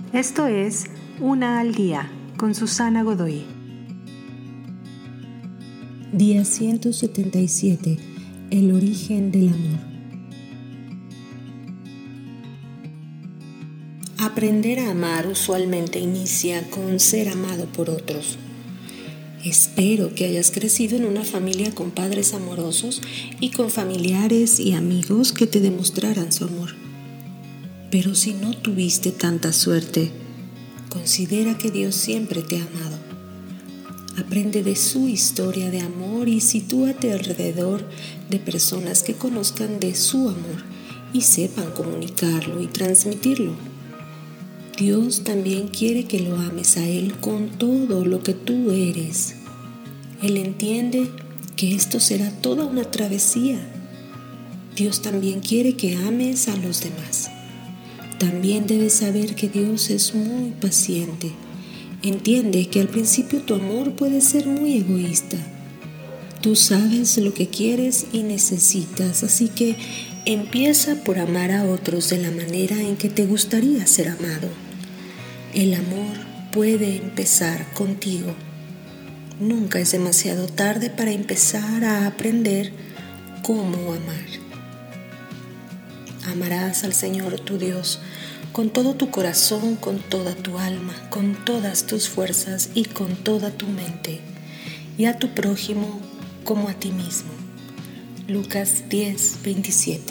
Esto es Una al Día con Susana Godoy. Día 177. El origen del amor. Aprender a amar usualmente inicia con ser amado por otros. Espero que hayas crecido en una familia con padres amorosos y con familiares y amigos que te demostraran su amor. Pero si no tuviste tanta suerte, considera que Dios siempre te ha amado. Aprende de su historia de amor y sitúate alrededor de personas que conozcan de su amor y sepan comunicarlo y transmitirlo. Dios también quiere que lo ames a Él con todo lo que tú eres. Él entiende que esto será toda una travesía. Dios también quiere que ames a los demás. También debes saber que Dios es muy paciente. Entiende que al principio tu amor puede ser muy egoísta. Tú sabes lo que quieres y necesitas, así que empieza por amar a otros de la manera en que te gustaría ser amado. El amor puede empezar contigo. Nunca es demasiado tarde para empezar a aprender cómo amar. Amarás al Señor tu Dios con todo tu corazón, con toda tu alma, con todas tus fuerzas y con toda tu mente, y a tu prójimo como a ti mismo. Lucas 10:27.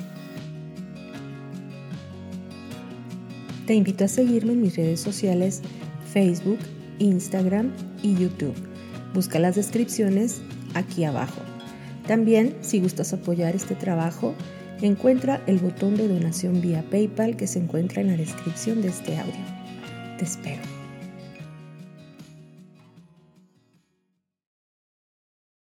Te invito a seguirme en mis redes sociales Facebook, Instagram y YouTube. Busca las descripciones aquí abajo. También, si gustas apoyar este trabajo, encuentra el botón de donación vía PayPal que se encuentra en la descripción de este audio. Te espero.